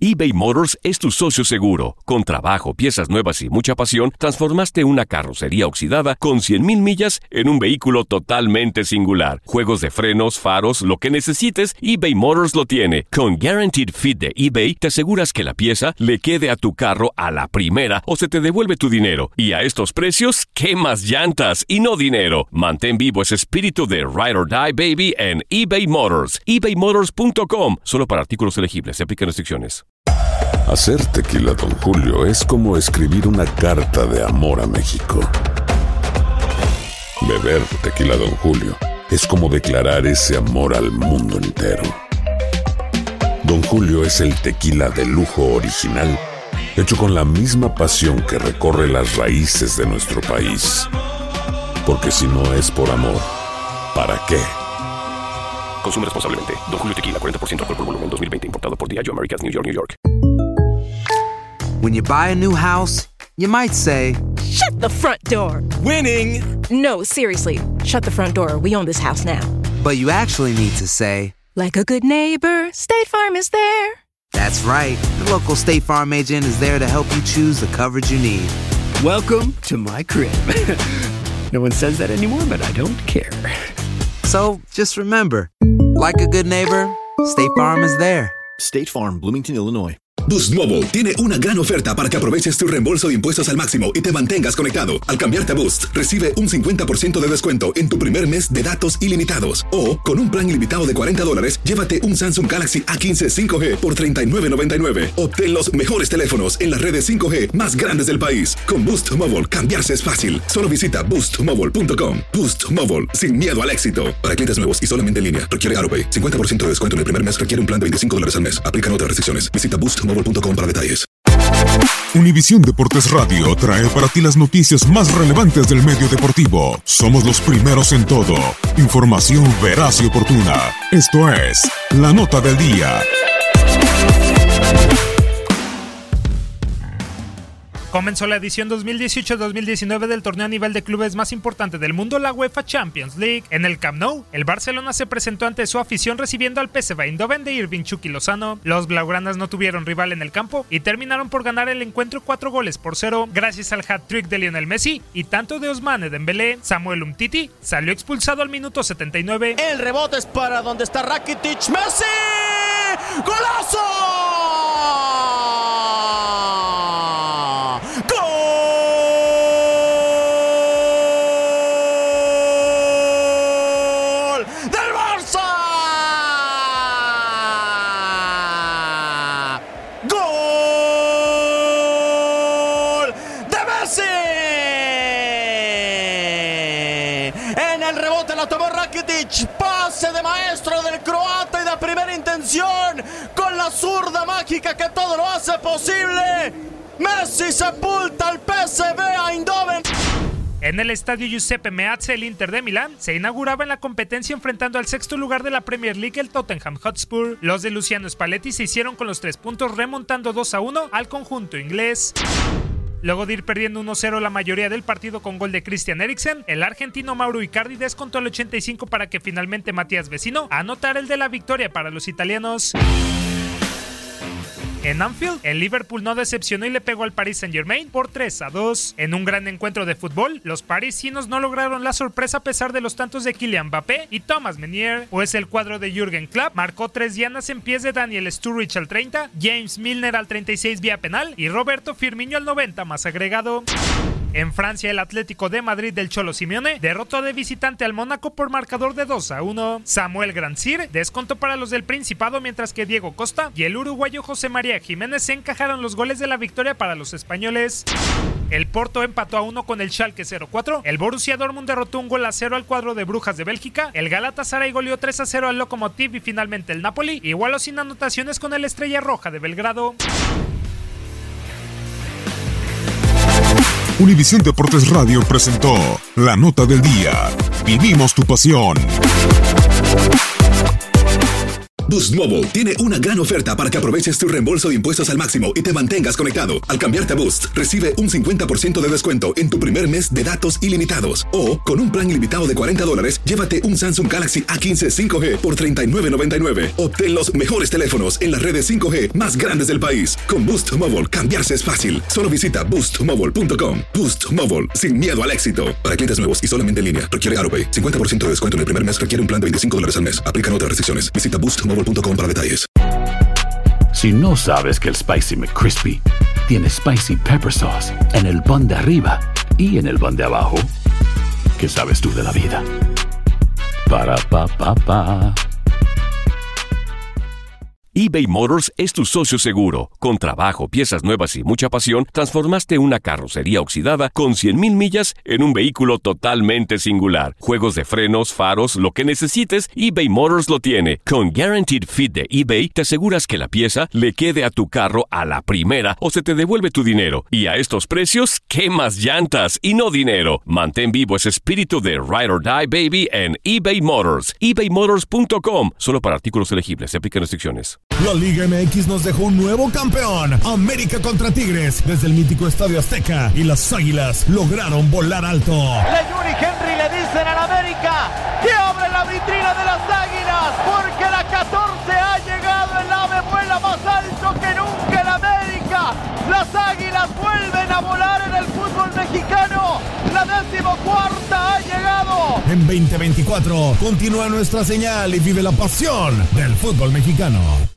eBay Motors es tu socio seguro. Con trabajo, piezas nuevas y mucha pasión, transformaste una carrocería oxidada con 100,000 millas en un vehículo totalmente singular. Juegos de frenos, faros, lo que necesites, eBay Motors lo tiene. Con Guaranteed Fit de eBay, te aseguras que la pieza le quede a tu carro a la primera o se te devuelve tu dinero. Y a estos precios, ¿qué más llantas y no dinero? Mantén vivo ese espíritu de Ride or Die, baby, en eBay Motors. ebaymotors.com. Solo para artículos elegibles. Se aplican restricciones. Hacer tequila Don Julio es como escribir una carta de amor a México. Beber tequila Don Julio es como declarar ese amor al mundo entero. Don Julio es el tequila de lujo original, hecho con la misma pasión que recorre las raíces de nuestro país. Porque si no es por amor, ¿para qué? Consume responsablemente. Don Julio Tequila, 40% alcohol por volumen, 2020. Importado por Diageo Americas, New York, New York. When you buy a new house, you might say, "Shut the front door." Winning! No, seriously. Shut the front door. We own this house now. But you actually need to say, like a good neighbor, State Farm is there. That's right. The local State Farm agent is there to help you choose the coverage you need. Welcome to my crib. No one says that anymore, but I don't care. So, just remember, like a good neighbor, State Farm is there. State Farm, Bloomington, Illinois. Boost Mobile tiene una gran oferta para que aproveches tu reembolso de impuestos al máximo y te mantengas conectado. Al cambiarte a Boost, recibe un 50% de descuento en tu primer mes de datos ilimitados. O, con un plan ilimitado de $40, llévate un Samsung Galaxy A15 5G por $39.99. Obtén los mejores teléfonos en las redes 5G más grandes del país. Con Boost Mobile, cambiarse es fácil. Solo visita boostmobile.com. Boost Mobile, sin miedo al éxito. Para clientes nuevos y solamente en línea, requiere AutoPay. 50% de descuento en el primer mes requiere un plan de $25 al mes. Aplican otras restricciones. Visita boostmobile.com para detalles. Univisión Deportes Radio trae para ti las noticias más relevantes del medio deportivo. Somos los primeros en todo. Información veraz y oportuna. Esto es La Nota del Día. Comenzó la edición 2018-2019 del torneo a nivel de clubes más importante del mundo, la UEFA Champions League. En el Camp Nou, el Barcelona se presentó ante su afición recibiendo al PSV Eindhoven de Irving Chucky Lozano. Los blaugranas no tuvieron rival en el campo y terminaron por ganar el encuentro 4-0 gracias al hat-trick de Lionel Messi y tanto de Ousmane Dembélé. Samuel Umtiti salió expulsado al minuto 79. El rebote es para donde está Rakitic. ¡Messi! ¡Golazo! Pase de maestro del croata y de primera intención con la zurda mágica que todo lo hace posible. Messi sepulta al PSV Eindhoven. En el estadio Giuseppe Meazza, el Inter de Milán se inauguraba en la competencia enfrentando al sexto lugar de la Premier League, el Tottenham Hotspur. Los de Luciano Spalletti se hicieron con los 3 puntos, remontando 2-1 al conjunto inglés. Luego de ir perdiendo 1-0 la mayoría del partido con gol de Christian Eriksen, el argentino Mauro Icardi descontó el 85 para que finalmente Matías Vecino anotara el de la victoria para los italianos. En Anfield, el Liverpool no decepcionó y le pegó al Paris Saint-Germain por 3-2. En un gran encuentro de fútbol, los parisinos no lograron la sorpresa a pesar de los tantos de Kylian Mbappé y Thomas Meunier, pues el cuadro de Jürgen Klopp marcó 3 dianas en pies de Daniel Sturridge al 30, James Milner al 36 vía penal y Roberto Firmino al 90 más agregado. En Francia, el Atlético de Madrid del Cholo Simeone derrotó de visitante al Mónaco por marcador de 2-1. Samuel Grandsir descontó para los del Principado, mientras que Diego Costa y el uruguayo José María Jiménez se encajaron los goles de la victoria para los españoles. El Porto empató a 1 con el Schalke 04, el Borussia Dortmund derrotó 1-0 al cuadro de Brujas de Bélgica, el Galatasaray goleó 3-0 al Lokomotiv y finalmente el Napoli igualó sin anotaciones con el Estrella Roja de Belgrado. Univisión Deportes Radio presentó La Nota del Día. Vivimos tu pasión. Boost Mobile tiene una gran oferta para que aproveches tu reembolso de impuestos al máximo y te mantengas conectado. Al cambiarte a Boost, recibe un 50% de descuento en tu primer mes de datos ilimitados. O, con un plan ilimitado de $40, llévate un Samsung Galaxy A15 5G por $39.99. Obtén los mejores teléfonos en las redes 5G más grandes del país. Con Boost Mobile, cambiarse es fácil. Solo visita boostmobile.com. Boost Mobile, sin miedo al éxito. Para clientes nuevos y solamente en línea, requiere AutoPay. 50% de descuento en el primer mes requiere un plan de $25 al mes. Aplican otras restricciones. Visita boostmobile.com para detalles. Si no sabes que el Spicy McCrispy tiene Spicy Pepper Sauce en el pan de arriba y en el pan de abajo, ¿qué sabes tú de la vida? Para, pa, pa, pa. eBay Motors es tu socio seguro. Con trabajo, piezas nuevas y mucha pasión, transformaste una carrocería oxidada con 100,000 millas en un vehículo totalmente singular. Juegos de frenos, faros, lo que necesites, eBay Motors lo tiene. Con Guaranteed Fit de eBay, te aseguras que la pieza le quede a tu carro a la primera o se te devuelve tu dinero. Y a estos precios, ¿qué más llantas y no dinero? Mantén vivo ese espíritu de Ride or Die, baby, en eBay Motors. ebaymotors.com. Solo para artículos elegibles. Se aplican restricciones. La Liga MX nos dejó un nuevo campeón. América contra Tigres desde el mítico Estadio Azteca, y las Águilas lograron volar alto. Leyuni Henry le dicen al América que abre la vitrina de las Águilas, porque la 14 ha llegado, el ave vuela más alto que nunca en América. Las Águilas vuelven a volar en el fútbol mexicano. La 14ª ha llegado. En 2024 continúa nuestra señal y vive la pasión del fútbol mexicano.